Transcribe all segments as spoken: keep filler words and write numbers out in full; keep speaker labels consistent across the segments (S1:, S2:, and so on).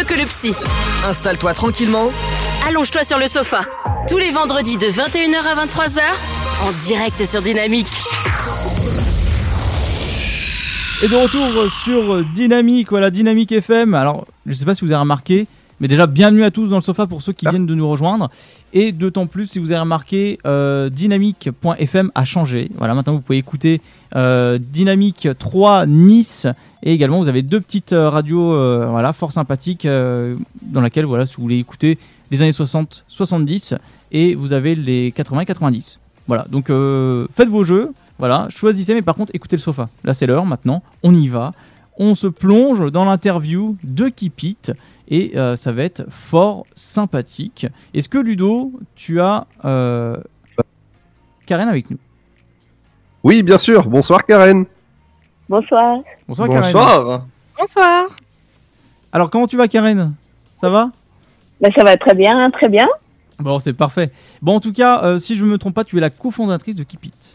S1: mieux que le psy.
S2: Installe-toi tranquillement.
S1: Allonge-toi sur le sofa. Tous les vendredis de vingt et une heures à vingt-trois heures, en direct sur Dynamique.
S3: Et de retour sur Dynamique, voilà, Dynamique F M. Alors, je ne sais pas si vous avez remarqué, mais déjà, bienvenue à tous dans le sofa pour ceux qui viennent de nous rejoindre. Et d'autant plus, si vous avez remarqué, euh, dynamique point f m a changé. Voilà, maintenant, vous pouvez écouter euh, Dynamique trois Nice. Et également, vous avez deux petites radios euh, voilà, fort sympathiques euh, dans laquelle, voilà, si vous voulez écouter les années soixante soixante-dix. Et vous avez les quatre-vingts quatre-vingt-dix. Voilà, donc euh, faites vos jeux. Voilà, choisissez, mais par contre, écoutez le sofa. Là, c'est l'heure maintenant. On y va. On se plonge dans l'interview de Keep It et euh, ça va être fort sympathique. Est-ce que Ludo, tu as euh, Karen avec nous?
S4: Oui, bien sûr. Bonsoir Karen.
S5: Bonsoir.
S3: Bonsoir Karen.
S4: Bonsoir.
S6: Bonsoir.
S3: Alors, comment tu vas Karen? Ça va?
S5: Ben, ça va très bien, très bien.
S3: Bon, c'est parfait. Bon, en tout cas, euh, si je ne me trompe pas, tu es la cofondatrice de Keep It.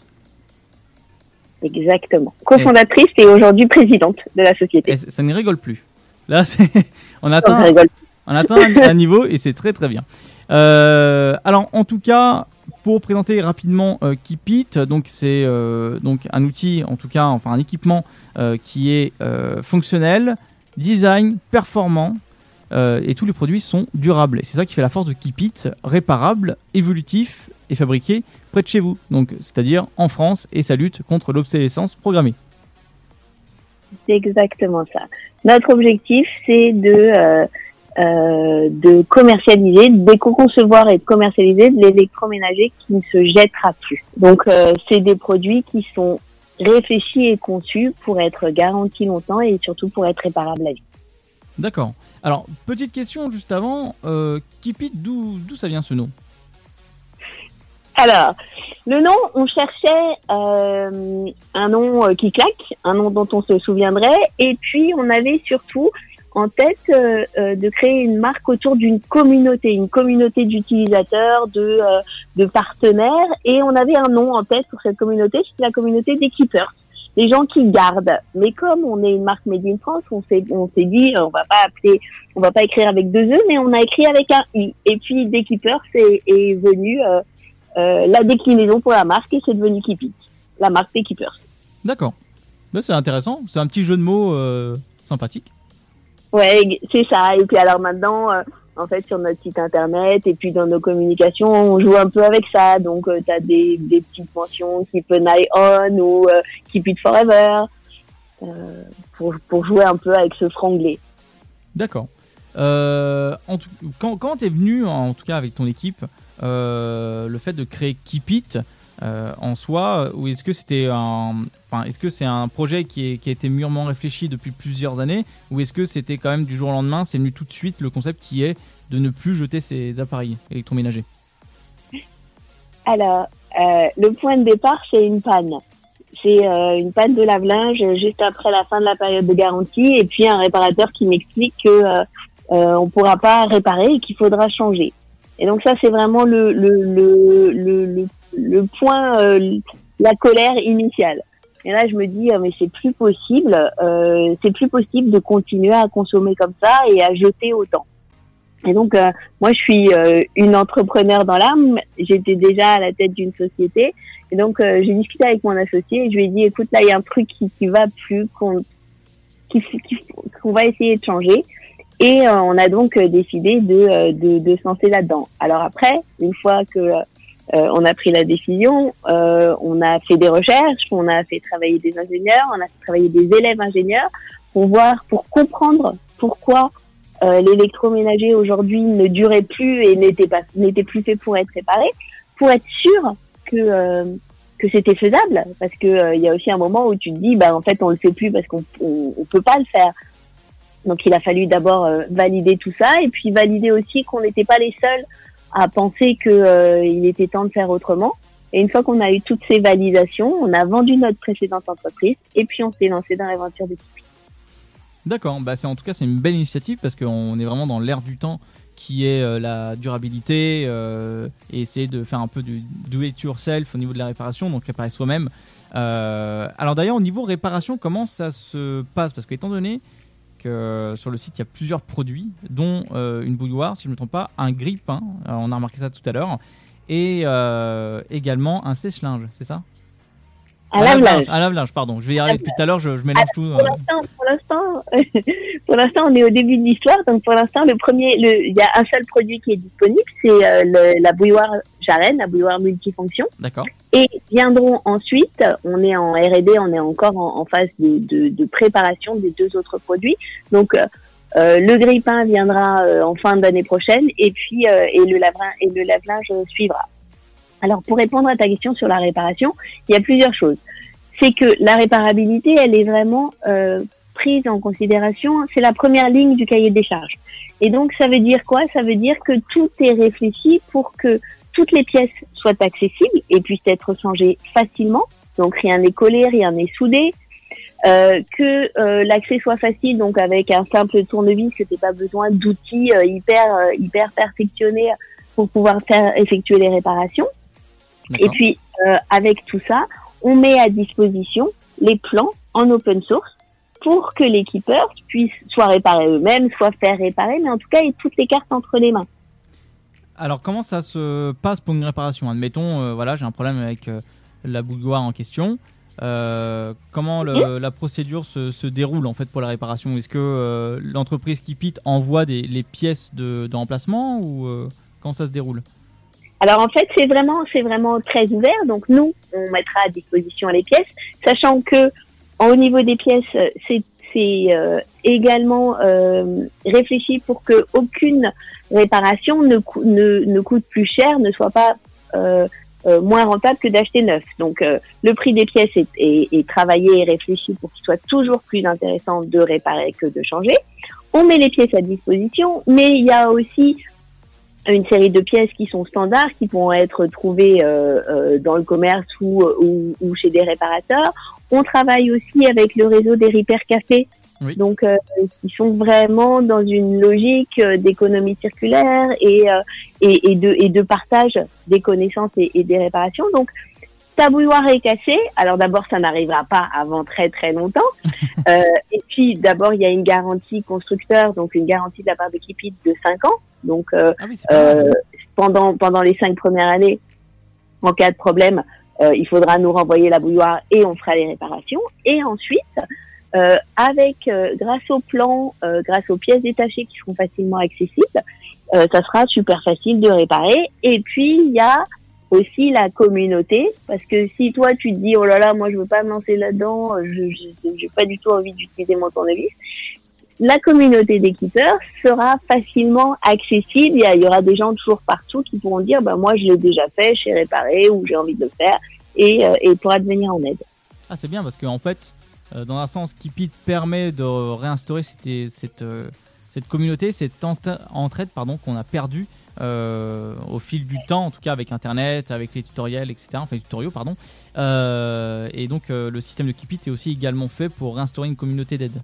S5: Exactement. Cofondatrice et, et aujourd'hui présidente de la société.
S3: Et ça ne rigole plus. Là, c'est... on atteint,
S5: non,
S3: on atteint un, un niveau et c'est très très bien. Euh, alors, en tout cas, pour présenter rapidement euh, Keep It, donc c'est euh, donc un outil, en tout cas, enfin un équipement euh, qui est euh, fonctionnel, design, performant. Euh, et tous les produits sont durables. Et c'est ça qui fait la force de Keep It, réparable, évolutif et fabriqué près de chez vous. Donc, c'est-à-dire en France, et ça lutte contre l'obsolescence programmée.
S5: C'est exactement ça. Notre objectif, c'est de, euh, euh, de commercialiser, d'éco-concevoir et de commercialiser de l'électroménager qui ne se jettera plus. Donc, euh, c'est des produits qui sont réfléchis et conçus pour être garantis longtemps et surtout pour être réparables à vie.
S3: D'accord. Alors, petite question juste avant, euh, Keep It, d'où, d'où ça vient ce nom?
S5: Alors, le nom, on cherchait euh, un nom euh, qui claque, un nom dont on se souviendrait, et puis on avait surtout en tête euh, euh, de créer une marque autour d'une communauté, une communauté d'utilisateurs, de, euh, de partenaires, et on avait un nom en tête pour cette communauté, c'était la communauté des keepers. Les gens qui gardent. Mais comme on est une marque Made in France, on s'est, on s'est dit, on va pas appeler, on va pas écrire avec deux E, mais on a écrit avec un I. Et puis, des Keepers est, est venu, euh, euh, la déclinaison pour la marque et c'est devenu Keep It. La marque des Keepers.
S3: D'accord. Ben, c'est intéressant. C'est un petit jeu de mots euh, sympathique.
S5: Ouais, c'est ça. Et puis alors maintenant, euh, en fait, sur notre site internet et puis dans nos communications, on joue un peu avec ça. Donc, euh, tu as des, des petites mentions Keep an eye on ou euh, Keep it forever euh, pour, pour jouer un peu avec ce franglais.
S3: D'accord. Euh, en tout, quand quand tu es venu, en tout cas avec ton équipe, euh, le fait de créer Keep It euh, en soi, ou est-ce que c'était un, enfin, est-ce que c'est un projet qui, est, qui a été mûrement réfléchi depuis plusieurs années, ou est-ce que c'était quand même du jour au lendemain, c'est venu tout de suite le concept qui est de ne plus jeter ces appareils électroménagers?
S5: Alors, euh, le point de départ, c'est une panne. C'est euh, une panne de lave-linge juste après la fin de la période de garantie, et puis un réparateur qui m'explique que euh, euh, on pourra pas réparer et qu'il faudra changer. Et donc ça, c'est vraiment le le le le, le, le point, euh, la colère initiale. Et là, je me dis, euh, mais c'est plus possible, euh, c'est plus possible de continuer à consommer comme ça et à jeter autant. Et donc, euh, moi, je suis euh, une entrepreneur dans l'âme. J'étais déjà à la tête d'une société. Et donc, euh, j'ai discuté avec mon associé et je lui ai dit, écoute, là, il y a un truc qui qui va plus, qu'on qui, qui, qu'on va essayer de changer. Et euh, on a donc euh, décidé de, euh, de, de se lancer là-dedans. Alors après, une fois que euh, on a pris la décision, euh, on a fait des recherches, on a fait travailler des ingénieurs, on a fait travailler des élèves ingénieurs pour voir, pour comprendre pourquoi euh, l'électroménager aujourd'hui ne durait plus et n'était pas, n'était plus fait pour être réparé, pour être sûr que euh, que c'était faisable, parce que euh, il y a aussi un moment où tu te dis, bah en fait on le fait plus parce qu'on on, on peut pas le faire. Donc il a fallu d'abord euh, valider tout ça et puis valider aussi qu'on n'était pas les seuls à penser que euh, il était temps de faire autrement. Et une fois qu'on a eu toutes ces validations, on a vendu notre précédente entreprise et puis on s'est lancé dans l'aventure de Keep It.
S3: D'accord, bah c'est, en tout cas c'est une belle initiative parce qu'on est vraiment dans l'ère du temps qui est euh, la durabilité euh, et essayer de faire un peu du do it yourself au niveau de la réparation, donc réparer soi-même. Euh, alors d'ailleurs au niveau réparation, comment ça se passe? Parce que étant donné que que sur le site, il y a plusieurs produits, dont euh, une bouilloire, si je ne me trompe pas, un grille-pain, alors, on a remarqué ça tout à l'heure, et euh, également un sèche-linge, c'est ça ?
S5: Un lave-linge.
S3: Un lave-linge, pardon. Je vais y arriver depuis tout à l'heure, je, je mélange
S5: ah,
S3: tout.
S5: Pour
S3: euh...
S5: l'instant, pour l'instant, pour l'instant, on est au début de l'histoire. Donc, pour l'instant, le premier, le, il y a un seul produit qui est disponible, c'est euh, le, la bouilloire Jarenne, la bouilloire multifonction.
S3: D'accord.
S5: Et viendront ensuite, on est en R et D, on est encore en, en phase de, de, de préparation des deux autres produits. Donc, euh, euh, le grille-pain viendra euh, en fin d'année prochaine, et puis euh, et le lave et le lave-linge suivra. Alors, pour répondre à ta question sur la réparation, il y a plusieurs choses. C'est que la réparabilité, elle est vraiment euh, prise en considération. C'est la première ligne du cahier des charges. Et donc, ça veut dire quoi ? Ça veut dire que tout est réfléchi pour que toutes les pièces soient accessibles et puissent être changées facilement. Donc, rien n'est collé, rien n'est soudé. Euh, que euh, l'accès soit facile, donc avec un simple tournevis, que t'aies pas besoin d'outils euh, hyper euh, hyper perfectionnés pour pouvoir faire effectuer les réparations. D'accord. Et puis, euh, avec tout ça, on met à disposition les plans en open source pour que les keepers puissent soit réparer eux-mêmes, soit faire réparer, mais en tout cas, aient toutes les cartes entre les mains.
S3: Alors, comment ça se passe pour une réparation ? Admettons, euh, voilà, j'ai un problème avec euh, la bouilloire en question. Euh, comment le, mmh. la procédure se, se déroule en fait pour la réparation ? Est-ce que euh, l'entreprise Keepit envoie des, les pièces de, de remplacement ou euh, comment ça se déroule ?
S5: Alors en fait, c'est vraiment, c'est vraiment très ouvert. Donc nous, on mettra à disposition les pièces, sachant que au niveau des pièces, c'est, c'est euh, également euh, réfléchi pour que aucune réparation ne, cou- ne, ne coûte plus cher, ne soit pas euh, euh, moins rentable que d'acheter neuf. Donc euh, le prix des pièces est, est, est travaillé et réfléchi pour qu'il soit toujours plus intéressant de réparer que de changer. On met les pièces à disposition, mais il y a aussi une série de pièces qui sont standards, qui pourront être trouvées euh, euh, dans le commerce ou, ou, ou chez des réparateurs. On travaille aussi avec le réseau des Repair Cafés, oui. donc euh, qui sont vraiment dans une logique d'économie circulaire et, euh, et, et, de, et de partage des connaissances et, et des réparations. Donc, ta bouilloire est cassée. Alors d'abord, ça n'arrivera pas avant très très longtemps. euh, et puis d'abord, il y a une garantie constructeur, donc une garantie de la part de Keepit de cinq ans. Donc euh, ah oui, euh, pendant pendant les cinq premières années, en cas de problème, euh, il faudra nous renvoyer la bouilloire et on fera les réparations. Et ensuite, euh, avec euh, grâce au plan, euh, grâce aux pièces détachées qui seront facilement accessibles, euh, ça sera super facile de réparer. Et puis il y a aussi la communauté, parce que si toi tu te dis oh là là, moi je veux pas me lancer là-dedans, je je j'ai pas du tout envie d'utiliser mon tournevis. La communauté des keepers sera facilement accessible. Il y aura des gens toujours partout qui pourront dire bah moi je l'ai déjà fait, j'ai réparé ou j'ai envie de le faire et euh, et pourra te venir en aide.
S3: Ah c'est bien parce que en fait euh, dans un sens Keepit permet de réinstaurer cette cette euh, cette communauté, cette enta- entraide pardon qu'on a perdue euh, au fil du temps, en tout cas avec Internet, avec les tutoriels, et cetera. Enfin les tutoriaux pardon. Euh, et donc euh, le système de Keepit est aussi également fait pour réinstaurer une communauté d'aide.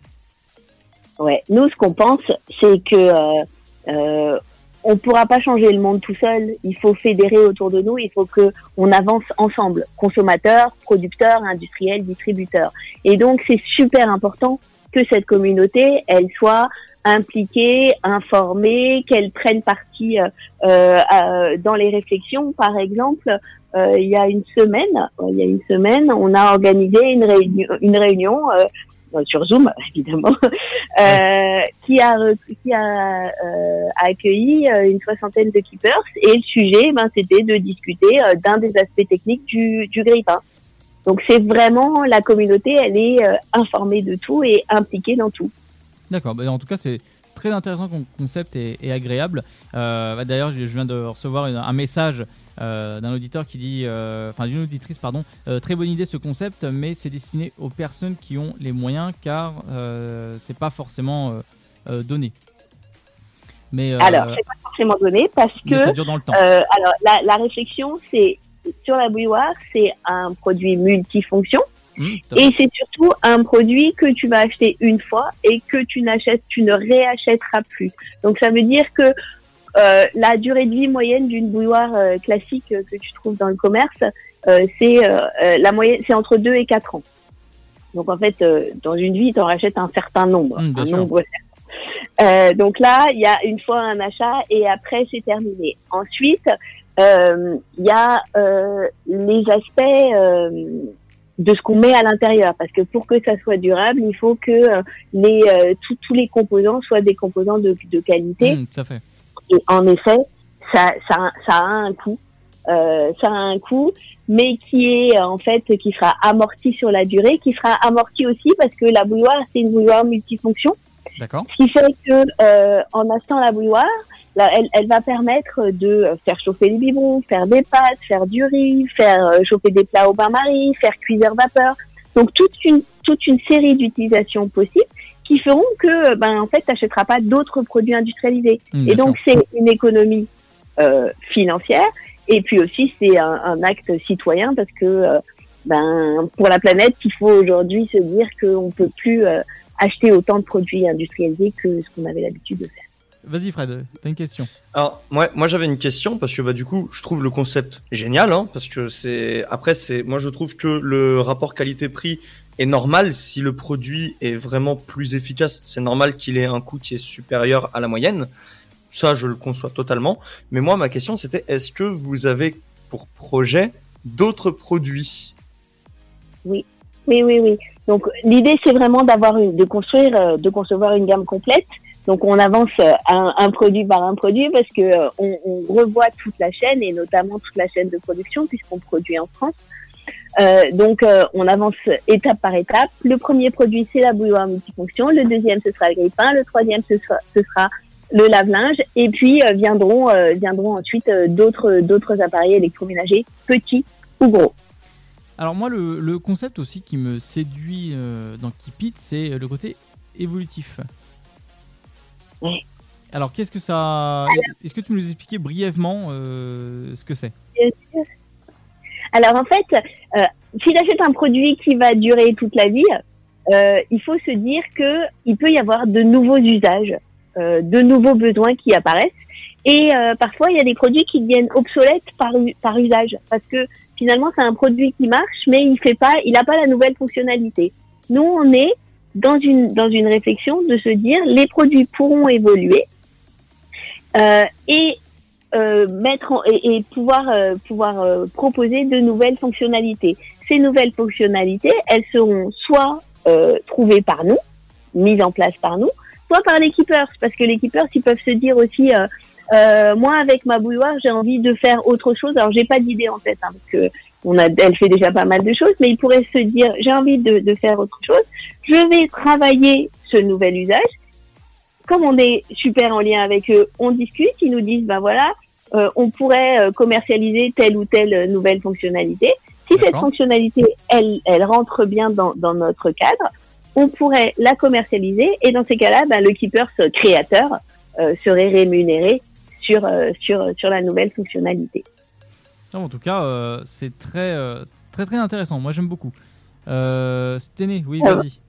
S5: Ouais, nous ce qu'on pense, c'est que euh, euh, on pourra pas changer le monde tout seul. Il faut fédérer autour de nous. Il faut que on avance ensemble, consommateurs, producteurs, industriels, distributeurs. Et donc c'est super important que cette communauté, elle soit impliquée, informée, qu'elle prenne partie euh, euh, dans les réflexions. Par exemple, euh, il y a une semaine, il y a une semaine, on a organisé une réunion, une réunion. Euh, sur Zoom évidemment, euh, qui a qui a euh, accueilli une soixantaine de keepers et le sujet, ben c'était de discuter euh, d'un des aspects techniques du du grille-pain. Donc c'est vraiment la communauté, elle est euh, informée de tout et impliquée dans tout.
S3: D'accord, bah, en tout cas c'est très intéressant comme concept et, et agréable. Euh, d'ailleurs, je viens de recevoir un message euh, d'un auditeur qui dit, euh, enfin d'une auditrice, pardon, euh, très bonne idée ce concept, mais c'est destiné aux personnes qui ont les moyens, car euh, c'est pas forcément euh, euh, donné.
S5: Mais euh, alors, c'est pas forcément donné parce que
S3: ça dure dans le temps.
S5: Euh, alors, la, la réflexion, c'est sur la bouilloire, c'est un produit multifonction. Mmh, et c'est surtout un produit que tu vas acheter une fois et que tu n'achètes, tu ne réachèteras plus. Donc ça veut dire que euh, la durée de vie moyenne d'une bouilloire euh, classique euh, que tu trouves dans le commerce, euh, c'est euh, la moyenne, c'est entre deux et quatre ans. Donc en fait, euh, dans une vie, tu en rachètes un certain nombre,
S3: Mmh, bien
S5: un
S3: sûr.
S5: nombre certain. Euh, donc là, il y a une fois un achat et après c'est terminé. Ensuite, euh, il y a euh, les aspects euh, de ce qu'on met à l'intérieur, parce que pour que ça soit durable, il faut que euh, les euh, tous tous les composants soient des composants de, de qualité.
S3: Mmh, tout à fait.
S5: Et en effet, ça ça ça a un coût. Euh, ça a un coût, mais qui est en fait qui sera amorti sur la durée, qui sera amorti aussi parce que la bouilloire c'est une bouilloire multifonction,
S3: D'accord.
S5: ce qui fait que euh, en achetant la bouilloire, là, elle, elle va permettre de faire chauffer les biberons, faire des pâtes, faire du riz, faire euh, chauffer des plats au bain-marie, faire cuiseur vapeur. Donc toute une toute une série d'utilisations possibles qui feront que ben en fait t'achèteras pas d'autres produits industrialisés.
S3: Mmh,
S5: Et
S3: bien
S5: donc
S3: sûr.
S5: c'est une économie euh, financière. Et puis aussi, c'est un, un acte citoyen parce que, euh, ben, pour la planète, il faut aujourd'hui se dire qu'on peut plus euh, acheter autant de produits industrialisés que ce qu'on avait l'habitude de faire.
S3: Vas-y Fred, t'as une question.
S2: Alors, moi, moi j'avais une question parce que bah du coup, je trouve le concept génial, hein, parce que c'est après c'est moi je trouve que le rapport qualité-prix est normal si le produit est vraiment plus efficace. C'est normal qu'il ait un coût qui est supérieur à la moyenne. Ça, je le conçois totalement. Mais moi, ma question, c'était est-ce que vous avez pour projet d'autres produits ?
S5: Oui, oui, oui, oui. Donc l'idée, c'est vraiment d'avoir une, de construire, euh, de concevoir une gamme complète. Donc on avance euh, un, un produit par un produit parce que euh, on, on revoit toute la chaîne et notamment toute la chaîne de production puisqu'on produit en France. Euh, donc euh, on avance étape par étape. Le premier produit, c'est la bouilloire multifonction. Le deuxième, ce sera le grille-pain. Le troisième, ce sera, ce sera le lave-linge, et puis euh, viendront euh, viendront ensuite euh, d'autres d'autres appareils électroménagers, petits ou gros.
S3: Alors moi, le, le concept aussi qui me séduit euh, dans Keep It, c'est le côté évolutif.
S5: Oui.
S3: Alors qu'est-ce que ça... Est-ce que tu peux nous expliquer brièvement euh, ce que c'est ?
S5: Bien sûr. Alors en fait, euh, si j'achète un produit qui va durer toute la vie, euh, il faut se dire que il peut y avoir de nouveaux usages. Euh, de nouveaux besoins qui apparaissent et euh, parfois il y a des produits qui deviennent obsolètes par par usage parce que finalement c'est un produit qui marche mais il fait pas il a pas la nouvelle fonctionnalité. Nous on est dans une dans une réflexion de se dire les produits pourront évoluer euh, et euh, mettre en, et, et pouvoir euh, pouvoir euh, proposer de nouvelles fonctionnalités. Ces nouvelles fonctionnalités, elles seront soit euh, trouvées par nous, mises en place par nous, soit par les keepers, parce que les keepers, ils peuvent se dire aussi, euh, euh, moi avec ma bouilloire, j'ai envie de faire autre chose. Alors j'ai pas d'idée en tête, hein, parce que on a, elle fait déjà pas mal de choses, mais ils pourraient se dire, j'ai envie de, de faire autre chose. Je vais travailler ce nouvel usage. Comme on est super en lien avec eux, on discute. Ils nous disent, ben voilà, euh, on pourrait commercialiser telle ou telle nouvelle fonctionnalité. Si
S3: D'accord.
S5: cette fonctionnalité, elle, elle rentre bien dans, dans notre cadre, on pourrait la commercialiser et dans ces cas-là, ben, le keeper créateur euh, serait rémunéré sur euh, sur sur la nouvelle fonctionnalité.
S3: Non, en tout cas, euh, c'est très, euh, très très intéressant. Moi, j'aime beaucoup. Euh, Sténé, oui,
S5: Ah.
S3: vas-y.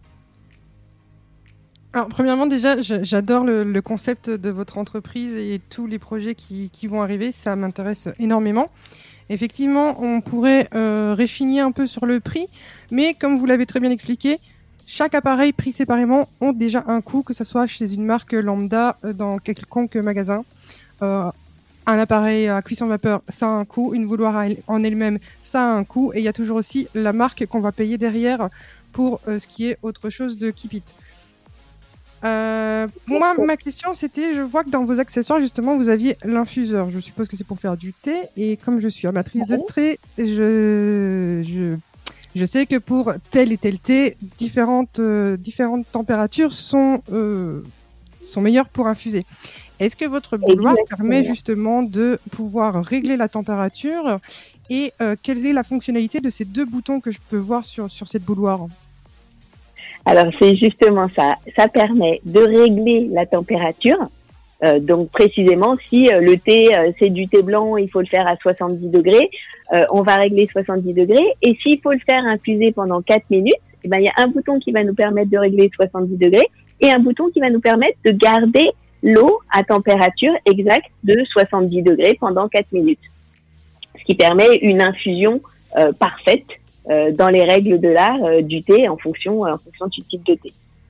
S6: Alors, premièrement, déjà, je- j'adore le, le concept de votre entreprise et tous les projets qui, qui vont arriver. Ça m'intéresse énormément. Effectivement, on pourrait euh, réfiner un peu sur le prix, mais comme vous l'avez très bien expliqué, chaque appareil pris séparément ont déjà un coût, que ce soit chez une marque lambda euh, dans quelconque magasin. Euh, un appareil à cuisson vapeur, ça a un coût. Une bouilloire à elle- en elle-même, ça a un coût. Et il y a toujours aussi la marque qu'on va payer derrière pour euh, ce qui est autre chose de Keep It. Euh, moi, ma question, c'était, je vois que dans vos accessoires, justement, vous aviez l'infuseur. Je suppose que c'est pour faire du thé. Et comme je suis amatrice de thé, je, je, je sais que pour tel et tel thé, différentes, euh, différentes températures sont, euh, sont meilleures pour infuser. Est-ce que votre bouilloire
S5: Exactement.
S6: permet justement de pouvoir régler la température? Et euh, quelle est la fonctionnalité de ces deux boutons que je peux voir sur, sur cette bouilloire?
S5: Alors c'est justement ça. Ça permet de régler la température. Euh, donc précisément, si euh, le thé euh, c'est du thé blanc, il faut le faire à soixante-dix degrés. Euh, on va régler soixante-dix degrés. Et s'il faut le faire infuser pendant quatre minutes, eh ben il y a un bouton qui va nous permettre de régler soixante-dix degrés et un bouton qui va nous permettre de garder l'eau à température exacte de soixante-dix degrés pendant quatre minutes. Ce qui permet une infusion euh, parfaite euh, dans les règles de l'art euh, du thé en fonction, en fonction du type de thé.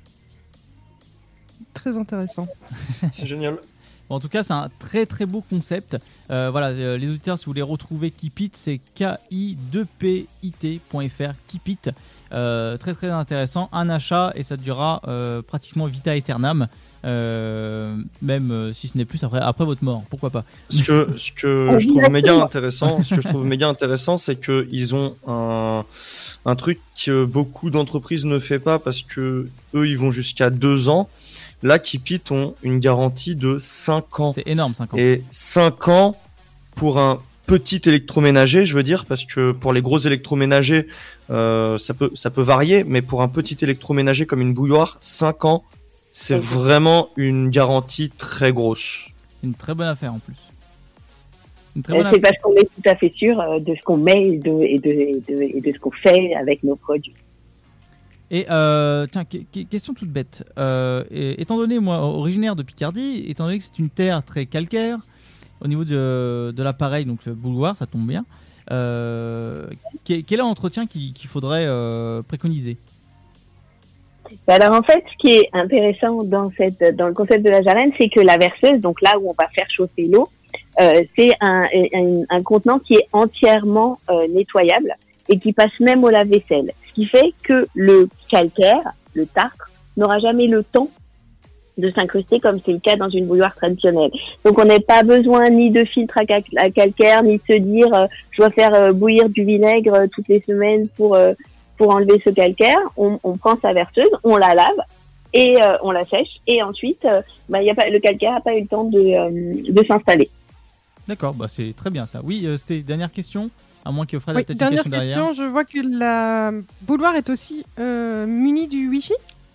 S6: Très intéressant.
S2: C'est génial.
S3: Bon, en tout cas, c'est un très très beau concept. Euh, voilà, euh, les auditeurs, si vous voulez retrouver Keepit, c'est K I deux P I T point F R, Keepit. Euh, très très intéressant. Un achat et ça durera euh, pratiquement vita aeternam. Euh, même euh, si ce n'est plus après, après votre mort, pourquoi pas.
S2: Ce que, ce que je trouve méga intéressant, ce que je trouve méga intéressant, c'est que ils ont un, un truc que beaucoup d'entreprises ne fait pas parce que eux, ils vont jusqu'à deux ans. Là, Keepit ont une garantie de cinq ans.
S3: C'est énorme, cinq ans.
S2: Et cinq ans pour un petit électroménager, je veux dire, parce que pour les gros électroménagers, euh, ça peut, ça peut varier, mais pour un petit électroménager comme une bouilloire, cinq ans, c'est vraiment une garantie très grosse.
S3: C'est une très bonne affaire en plus. Une très
S5: Euh,
S3: bonne
S5: c'est
S3: affaire.
S5: parce qu'on est tout à fait sûr euh, de ce qu'on met et de, et de, et de, et de ce qu'on fait avec nos produits.
S3: Et euh, tiens, que- que- question toute bête. Euh, et- étant donné, moi, originaire de Picardie, étant donné que c'est une terre très calcaire, au niveau de, de l'appareil, donc le bouilloire, ça tombe bien, euh, quel quel est l'entretien qu'il qu'il faudrait euh, préconiser?
S5: Alors en fait, ce qui est intéressant dans cette dans le concept de la jarrenne, c'est que la verseuse, donc là où on va faire chauffer l'eau, euh, c'est un, un, un contenant qui est entièrement euh, nettoyable et qui passe même au lave-vaisselle. Ce qui fait que le calcaire, le tartre, n'aura jamais le temps de s'incruster comme c'est le cas dans une bouilloire traditionnelle. Donc on n'a pas besoin ni de filtre à, cal- à calcaire, ni de se dire euh, je dois faire euh, bouillir du vinaigre euh, toutes les semaines pour euh, pour enlever ce calcaire. On, on prend sa verseuse, on la lave et euh, on la sèche et ensuite euh, bah, y a pas, le calcaire n'a pas eu le temps de, euh, de s'installer.
S3: D'accord, bah c'est très bien ça. Oui, euh, c'était dernière question, à moins que Fred ait
S6: Oui,
S3: peut-être une
S6: dernière
S3: question derrière.
S6: question, je vois que la bouilloire est aussi euh, munie du Wi-Fi.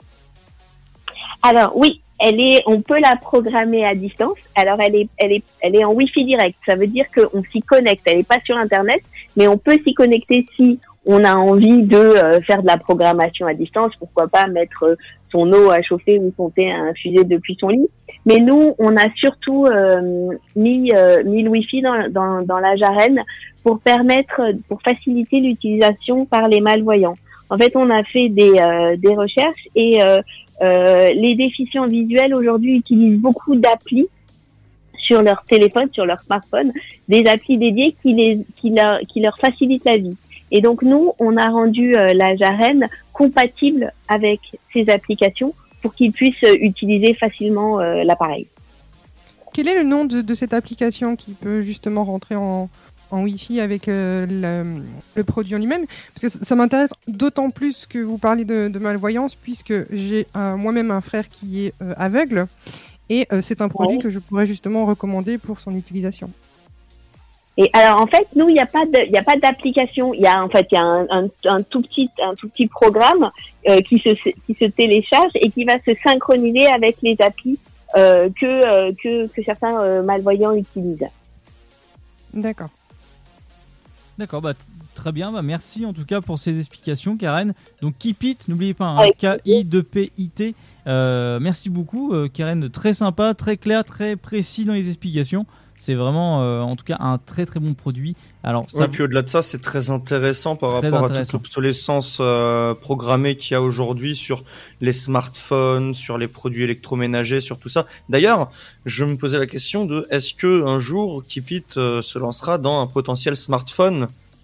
S5: Alors oui, elle est, on peut la programmer à distance. Alors elle est, elle est, elle est en Wi-Fi direct. Ça veut dire qu'on s'y connecte. Elle n'est pas sur Internet, mais on peut s'y connecter si on a envie de euh, faire de la programmation à distance. Pourquoi pas mettre euh, son eau à chauffer ou son thé à infuser depuis son lit. Mais nous, on a surtout euh, mis, euh, mis le Wi-Fi dans, dans, dans la jarrenne pour permettre, pour faciliter l'utilisation par les malvoyants. En fait, on a fait des, euh, des recherches et euh, euh, les déficients visuels aujourd'hui utilisent beaucoup d'applis sur leur téléphone, sur leur smartphone, des applis dédiées qui, les, qui, leur, qui leur facilitent la vie. Et donc nous, on a rendu euh, la jarrenne compatible avec ces applications pour qu'ils puissent euh, utiliser facilement euh, l'appareil.
S6: Quel est le nom de, de cette application qui peut justement rentrer en, en Wi-Fi avec euh, le, le produit en lui-même? Parce que ça, ça m'intéresse d'autant plus que vous parlez de, de malvoyance, puisque j'ai euh, moi-même un frère qui est euh, aveugle, et euh, c'est un produit
S5: Ouais.
S6: que je pourrais justement recommander pour son utilisation.
S5: Et alors en fait, nous, il n'y a pas de, il y a pas d'application. Il y a en fait, il y a un, un, un tout petit, un tout petit programme euh, qui se, qui se télécharge et qui va se synchroniser avec les applis euh, que, euh, que, que certains euh, malvoyants utilisent.
S6: D'accord.
S3: D'accord, bah, t- très bien. Bah, merci en tout cas pour ces explications, Karen. Donc Keepit, n'oubliez pas, hein,
S5: Avec
S3: K I deux P I T. Euh, merci beaucoup, euh, Karen. Très sympa, très clair, très précis dans les explications. C'est vraiment, euh, en tout cas, un très très bon produit. Alors, ça,
S2: Ouais, puis au-delà de ça, c'est très intéressant par
S3: Très
S2: rapport à
S3: intéressant.
S2: toute l'obsolescence euh, programmée qu'il y a aujourd'hui sur les smartphones, sur les produits électroménagers, sur tout ça. D'ailleurs, je me posais la question de est-ce que un jour Keepit euh, se lancera dans un potentiel smartphone?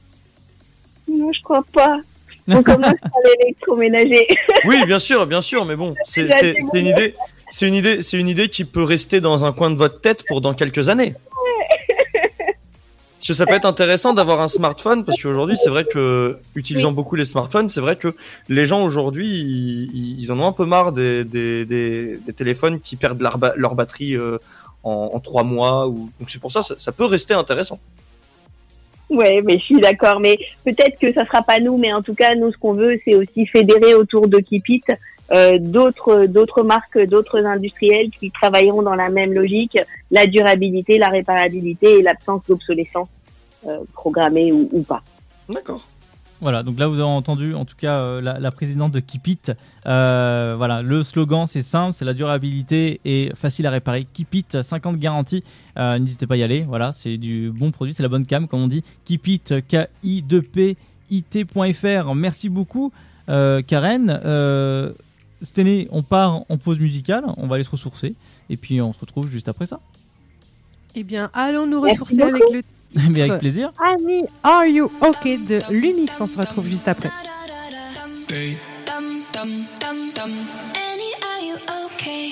S5: Non, je crois pas. On commence par l'électroménager.
S2: Oui, bien sûr, bien sûr, mais bon, c'est
S5: Déjà,
S2: c'est-
S5: c'est
S2: c'est une idée, c'est une idée, c'est une idée qui peut rester dans un coin de votre tête pour dans quelques années. Parce que ça peut être intéressant d'avoir un smartphone parce qu'aujourd'hui, c'est vrai que utilisant beaucoup les smartphones, c'est vrai que les gens aujourd'hui, ils, ils en ont un peu marre des, des, des, des téléphones qui perdent leur, ba- leur batterie euh, en, en trois mois. Ou... Donc c'est pour ça, ça, ça peut rester intéressant.
S5: Ouais, mais je suis d'accord. Mais peut-être que ça sera pas nous, mais en tout cas, nous, ce qu'on veut, c'est aussi fédérer autour de Keepit euh, d'autres d'autres marques, d'autres industriels qui travailleront dans la même logique, la durabilité, la réparabilité et l'absence d'obsolescence euh, programmée ou, ou pas.
S2: D'accord.
S3: voilà, donc là vous avez entendu en tout cas euh, la, la présidente de Keepit. Euh, voilà, le slogan c'est simple, c'est la durabilité et facile à réparer. Keepit, cinquante garanties, euh, n'hésitez pas à y aller. Voilà, c'est du bon produit, c'est la bonne cam comme on dit. Keepit, K I deux P I T point F R. Merci beaucoup, euh, Karen. Euh, Stené, on part en pause musicale, on va aller se ressourcer, et puis on se retrouve juste après ça.
S6: Eh bien, allons nous
S5: Merci
S6: ressourcer avec
S5: beaucoup.
S6: le
S3: Mais avec
S6: titre
S3: plaisir.
S6: Annie, Are You OK de Lumix. On se retrouve juste après.
S7: They
S8: Annie, are you okay?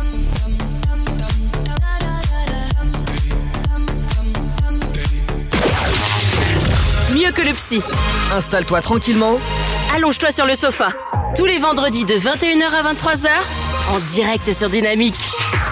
S1: Mieux que le psy.
S7: installe-toi tranquillement.
S1: Allonge-toi sur le sofa. Tous les vendredis de vingt et une heures à vingt-trois heures, en direct sur Dynamique.